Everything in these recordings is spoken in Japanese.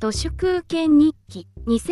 都市空権日記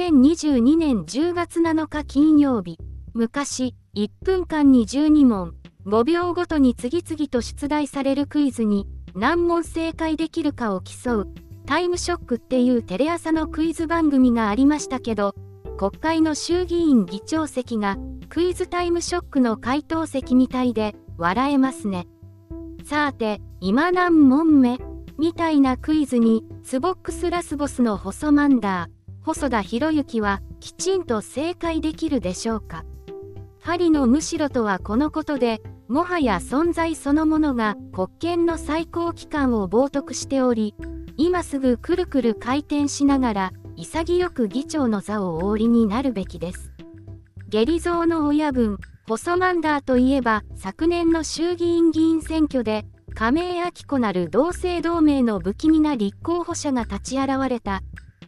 2022年10月7日金曜日。昔、1分間に12問、5秒ごとに次々と出題されるクイズに何問正解できるかを競うタイムショックっていうテレ朝のクイズ番組がありましたけど、国会の衆議院議長席がクイズタイムショックの回答席みたいで笑えますね。さて、今何問目みたいなクイズにツボックスラスボスの細マンダー、細田博之はきちんと正解できるでしょうか。針のむしろとはこのことで、もはや存在そのものが国権の最高機関を冒涜しており、今すぐくるくる回転しながら潔く議長の座をお降りになるべきです。下痢蔵の親分、細マンダーといえば昨年の衆議院議員選挙で、亀井彰子なる同姓同名の不気味な立候補者が立ち現れた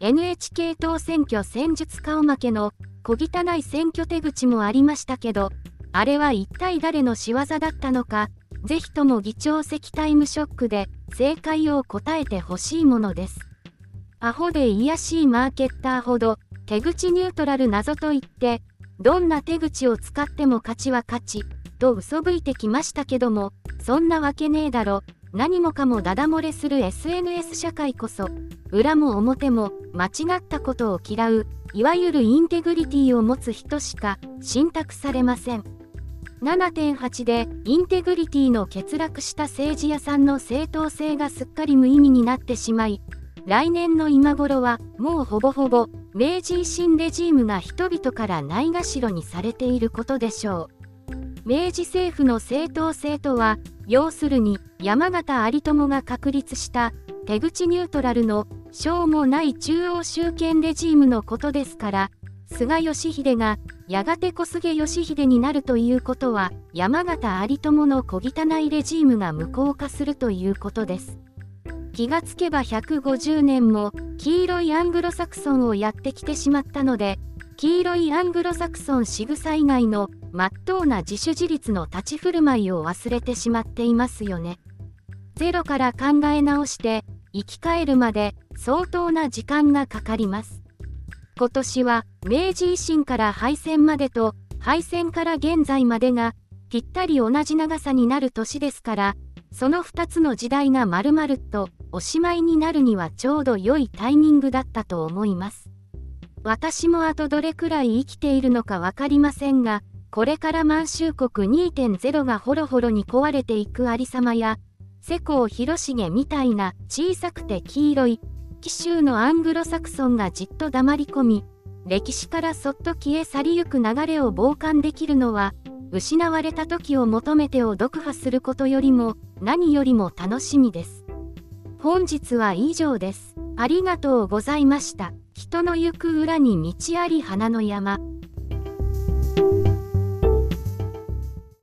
NHK 党選挙戦術顔負けの小汚い選挙手口もありましたけど、あれは一体誰の仕業だったのか、ぜひとも議長席タイムショックで正解を答えてほしいものです。アホで卑しいマーケッターほど手口ニュートラル謎と言って、どんな手口を使っても勝ちは勝ちと嘘吹いてきましたけども、そんなわけねえだろ。何もかもダダ漏れする SNS 社会こそ、裏も表も間違ったことを嫌う、いわゆるインテグリティを持つ人しか信託されません。7.8 でインテグリティの欠落した政治家さんの正当性がすっかり無意味になってしまい、来年の今頃はもうほぼほぼ明治維新レジームが人々からないがしろにされていることでしょう。明治政府の正当性とは、要するに山形有朋が確立した手口ニュートラルのしょうもない中央集権レジームのことですから、菅義偉がやがて小菅義偉になるということは、山形有朋の小汚いレジームが無効化するということです。気がつけば150年も黄色いアングロサクソンをやってきてしまったので、黄色いアングロサクソン仕草以外の真っ当な自主自立の立ち振る舞いを忘れてしまっていますよね。ゼロから考え直して生き返るまで相当な時間がかかります。今年は明治維新から敗戦までと敗戦から現在までがぴったり同じ長さになる年ですから、その2つの時代が丸々とおしまいになるにはちょうど良いタイミングだったと思います。私もあとどれくらい生きているのか分かりませんが、これから満州国 2.0 がほろほろに壊れていくありさまや、世耕弘成みたいな小さくて黄色い紀州のアングロサクソンがじっと黙り込み、歴史からそっと消え去りゆく流れを傍観できるのは、失われた時を求めてを読破することよりも何よりも楽しみです。本日は以上です。ありがとうございました。人の行く裏に道あり花の山。